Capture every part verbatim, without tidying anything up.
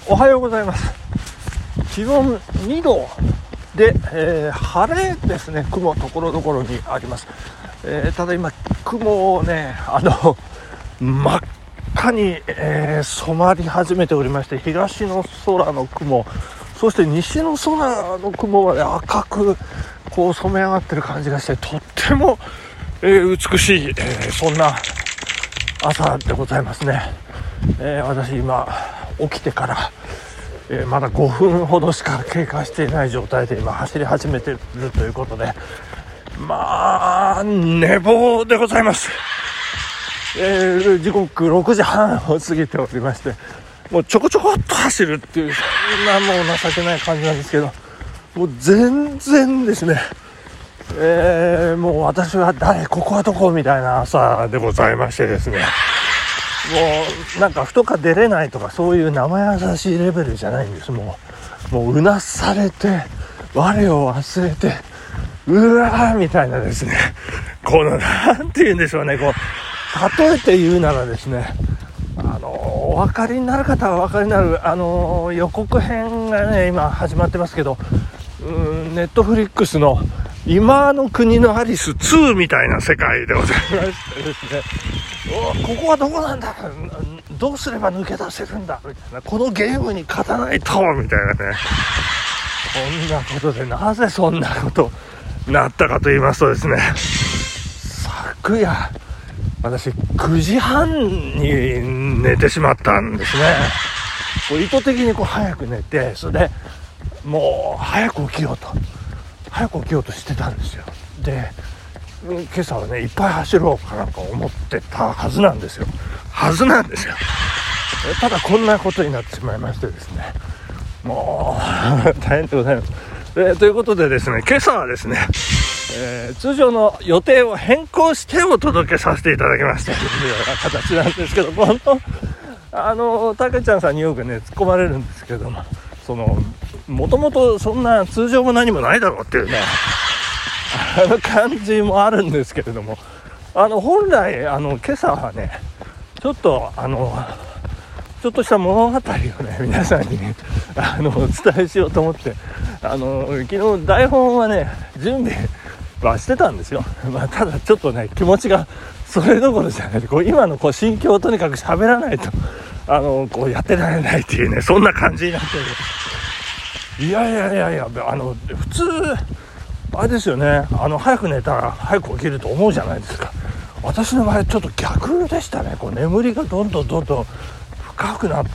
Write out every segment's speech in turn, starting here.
おはようございます。気温にどで、えー、晴れですね。雲ところどころにあります。えー、ただ今雲をねあの真っ赤に、えー、染まり始めておりまして、東の空の雲、そして西の空の雲まで赤くこう染め上がってる感じがして、とっても、えー、美しい、えー、そんな朝でございますね。えー、私今起きてから、えー、まだごふんほどしか経過していない状態で今走り始めているということで、まあ寝坊でございます。えー、時刻ろくじはんを過ぎておりまして、もうちょこちょこっと走るっていう、そんなもう情けない感じなんですけど、もう全然ですね、えー、もう私は誰、ここはどこみたいな朝でございましてですね、もうなんかふとか出れないとかそういう生優しいレベルじゃないんです。もうもううなされて我を忘れてうわーみたいなですね、このなんて言うんでしょうね、こう例えて言うならですね、あのお分かりになる方はお分かりになる、あの予告編がね今始まってますけど、ネットフリックスの今の国のアリスツーみたいな世界でございましてですね、おここはどこなんだ、どうすれば抜け出せるんだみたいな、このゲームに勝たないとみたいなね、そんなことで、なぜそんなことなったかと言いますとですね、昨夜私くじはんに寝てしまったんですね。こう意図的にこう早く寝て、それでもう早く起きようと早く起きようとしてたんですよ。で今朝はねいっぱい走ろうかなんか思ってたはずなんですよはずなんですよただこんなことになってしまいましてですね、もう大変でございます。えー、ということでですね、今朝はですね、えー、通常の予定を変更してお届けさせていただきましたというような形なんですけど、本当あのたけちゃんさんによくね突っ込まれるんですけども、そのもともとそんな通常も何もないだろうっていうねあの感じもあるんですけれども、あの本来あの今朝はねちょっとあのちょっとした物語をね皆さんにあのお伝えしようと思って、あの昨日台本はね準備はしてたんですよ。まあ、ただちょっとね気持ちがそれどころじゃない、こう今のこう心境をとにかく喋らないとあのこうやってられないっていうね、そんな感じになってる。いやいやいやいや、あの普通あれですよね、あの早く寝たら早く起きると思うじゃないですか。私の場合ちょっと逆でしたね。こう眠りがどんどんどんどん深くなって、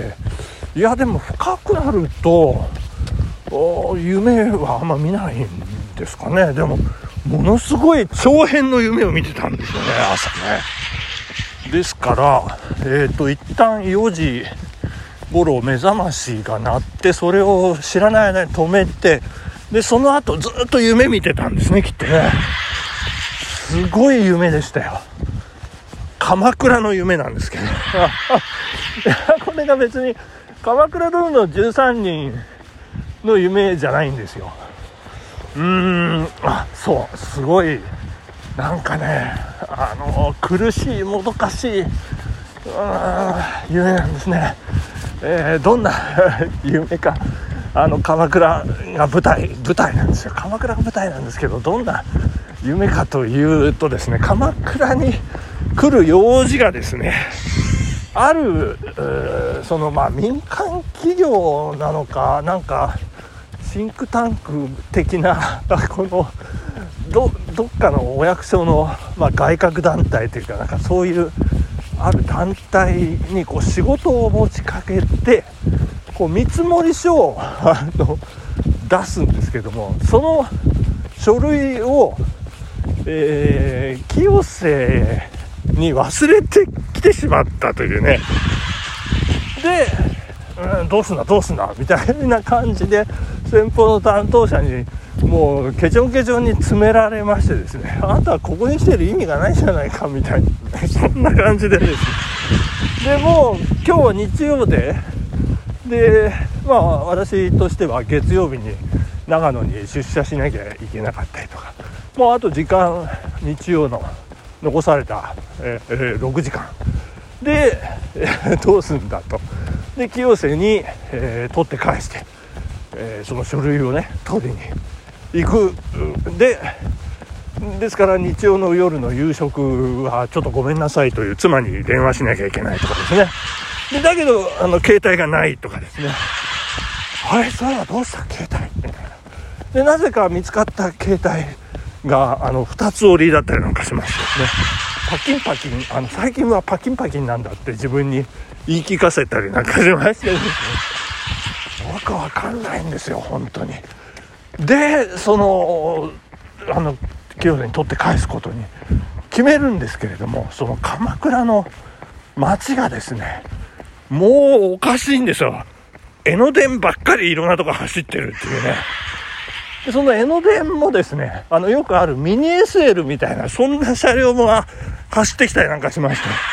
いやでも深くなると夢はあんま見ないんですかね。でもものすごい長編の夢を見てたんですよね、朝ね。ですからえっと一旦よじ頃目覚ましが鳴って、それを知らない間に止めて、でその後ずっと夢見てたんですね、きっとね。すごい夢でしたよ。鎌倉の夢なんですけどいやこれが別に鎌倉殿のじゅうさんにんの夢じゃないんですよ。うーんあそうすごいなんかね、あの苦しいもどかしい夢なんですね。えー、どんな夢か、あの鎌倉が舞台舞台なんですよ。鎌倉が舞台なんですけど、どんな夢かというとですね、鎌倉に来る用事がですね、あるそのまあ民間企業なのかなんかシンクタンク的なこの ど, どっかのお役所の、まあ、外郭団体というかなんかそういうある団体にこう仕事を持ちかけてこう見積書をあの出すんですけども、その書類を、えー、清瀬に忘れてきてしまったというね。で、うん、どうすんだどうすんだみたいな感じで先方の担当者にもうケチョンケチョンに詰められましてですね、あなたはここに来てる意味がないじゃないかみたいなそんな感じでですね、でもう今日は日曜ででまあ私としては月曜日に長野に出社しなきゃいけなかったりとか、もうあと時間日曜の残された、えー、ろくじかんで、えー、どうすんだとで清瀬に、えー、取って返して、えー、その書類をね取りに行く。でですから日曜の夜の夕食はちょっとごめんなさいという妻に電話しなきゃいけないとかですね。でだけどあの携帯がないとかですね。あれそれはどうした携帯みたいな。でなぜか見つかった携帯があのふたつ折りだったりなんかしましてですね、パキンパキンあの最近はパキンパキンなんだって自分に言い聞かせたりなんかしましてですね、よくわかんないんですよ本当に。でそのあの清瀬に取って返すことに決めるんですけれども、その鎌倉の街がですねもうおかしいんですよ。江ノ電ばっかりいろんなとこ走ってるっていうね。でその江ノ電もですねあのよくあるミニ エスエル みたいなそんな車両も走ってきたりなんかしま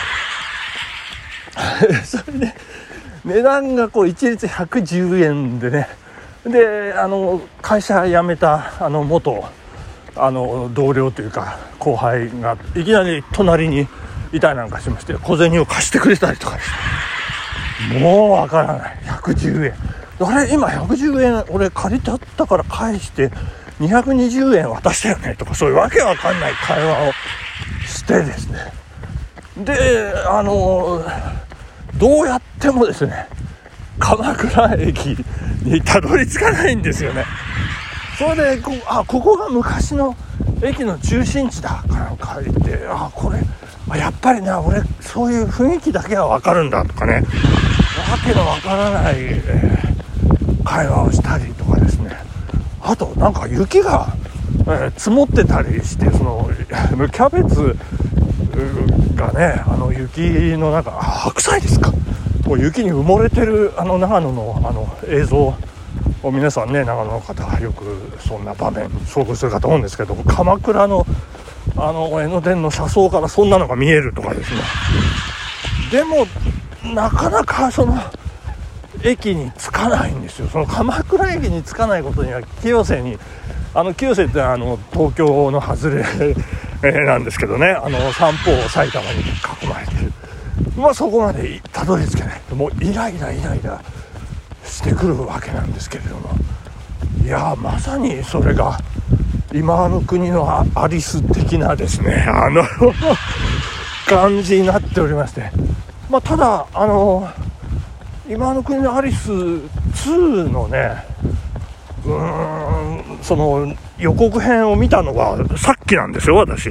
してそれで値段がこう一律ひゃくじゅうえんでね、であの会社辞めたあの元あの同僚というか後輩がいきなり隣にいたりなんかしまして小銭を貸してくれたりとかですね、もうわからないひゃくじゅうえん、あれ今ひゃくじゅうえん俺借りてあったから返してにひゃくにじゅうえん渡したよねとかそういうわけわかんない会話をしてですね、であのどうやってもですね鎌倉駅にたどり着かないんですよね。それでこあここが昔の駅の中心地だかなんか言って、あこれあやっぱりな俺そういう雰囲気だけは分かるんだとかね、わけのわからない、えー、会話をしたりとかですね、あとなんか雪が、えー、積もってたりして、そのキャベツがねあの雪の中、白菜ですか、もう雪に埋もれてるあの長野のあの映像を皆さんね長野の方はよくそんな場面遭遇するかと思うんですけど、鎌倉のあの江ノ電の車窓からそんなのが見えるとかですね。でもなかなかその駅に着かないんですよ。その鎌倉駅に着かないことには清瀬にあの清瀬ってあの東京の外れなんですけどね、あの三方を埼玉に囲まれてる、まあそこまでたどり着けない、もうイライライライラしてくるわけなんですけれども、いやまさにそれが今の国のアリス的なですねあの感じになっておりまして、まあただあの今の国のアリスツーのねうーんその予告編を見たのがさっきなんですよ私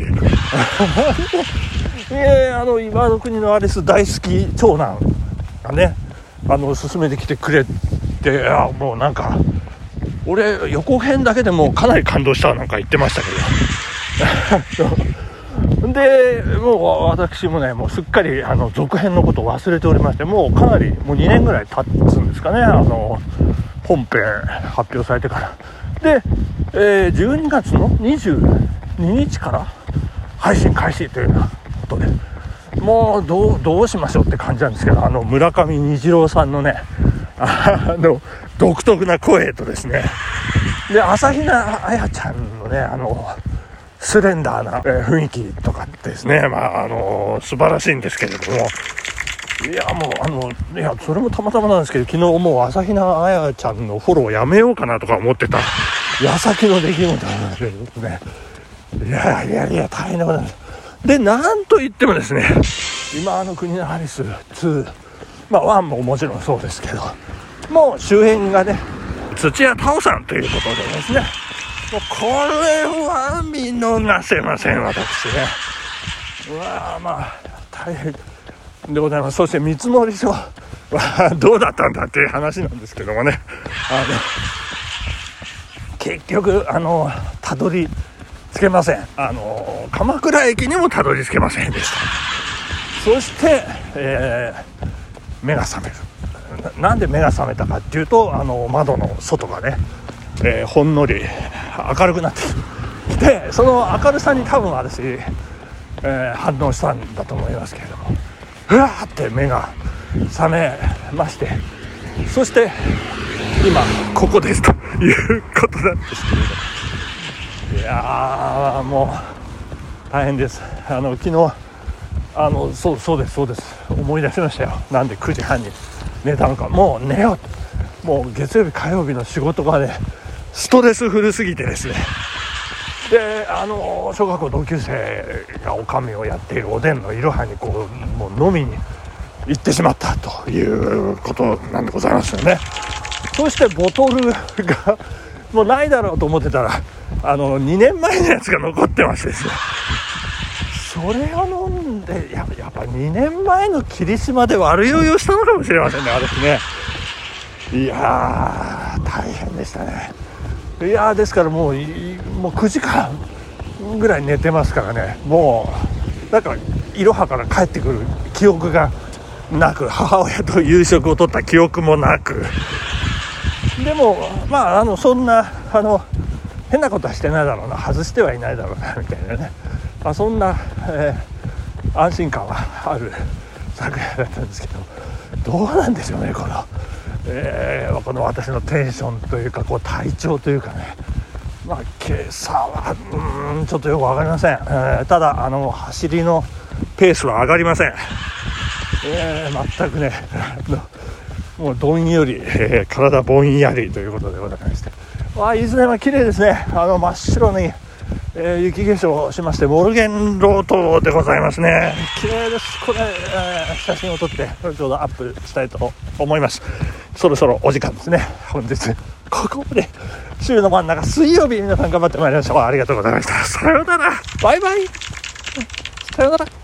えー、あの今の国のアリス大好き長男がねあの勧めてきてくれて、あもうなんか俺予告編だけでもうかなり感動したなんか言ってましたけどでもう私もねもうすっかりあの続編のことを忘れておりまして、もうかなりもうにねんぐらい経つんですかね、あの本編発表されてからで、えー、じゅうにがつのにじゅうににちから配信開始というようなことで、もうどう、どうしましょうって感じなんですけど、あの村上虹郎さんのねあの独特な声とですね、で朝比奈彩ちゃんのねあのスレンダーな、えー、雰囲気とかですね、まああの素晴らしいんですけれども、いやもうあのいやそれもたまたまなんですけど、昨日もう朝比奈彩ちゃんのフォローやめようかなとか思ってた矢先の出来事なんでですね、いやいやいや大変なことなんです。でなんといってもですね今の国のアリスツー、まあワンももちろんそうですけど、もう主演がね土屋太鳳さんということでですね、もうこれは見逃せません私ね。うわまあ大変でございます。そして見積書はどうだったんだっていう話なんですけどもね、あの結局あのたどり着けません。あの鎌倉駅にもたどり着けませんでした。そして、えー、目が覚める。な, なんで目が覚めたかっていうと、あの窓の外がね、えー、ほんのり明るくなってきて、その明るさに多分私、えー、反応したんだと思いますけれども、うわーって目が覚めまして、そして今ここですということなんですけれど、いやーもう大変です。あの昨日あのそうそうですそうです思い出しましたよ。なんでくじはんに寝たのか、もう寝ようと、もう月曜日火曜日の仕事がねストレスフルすぎてですね、であの小学校同級生がおかみをやっているおでんのいろはにこうもう飲みに行ってしまったということなんでございますよね。そしてボトルがもうないだろうと思ってたら、あのにねんまえのやつが残ってましてですね、それを飲んでやっぱにねんまえの霧島で悪酔いをしたのかもしれませんね、私ね。いやー大変でしたね。いやーですからもう、もうくじかんぐらい寝てますからね、もうなんかいろはから帰ってくる記憶がなく、母親と夕食をとった記憶もなく、でもまああのそんなあの変なことはしてないだろうな、外してはいないだろうなみたいなね、まあ、そんな、えー、安心感はある昨夜だったんですけど、どうなんでしょうね、この、えー、この私のテンションというかこう体調というかね、まあ今朝はうーんちょっとよく分かりません、えー、ただあの走りのペースは上がりません、えー、全くねもうどんより、えー、体ぼんやりということでございまして、わあいずれも綺麗ですね。あの真っ白に、えー、雪化粧しましてモルゲンロートでございますね。綺麗です。これ、えー、写真を撮ってちょうどアップしたいと思います。そろそろお時間ですね。本日ここまで週の真ん中水曜日、皆さん頑張ってまいりましょう。ありがとうございました。さようなら、バイバイ、さようなら。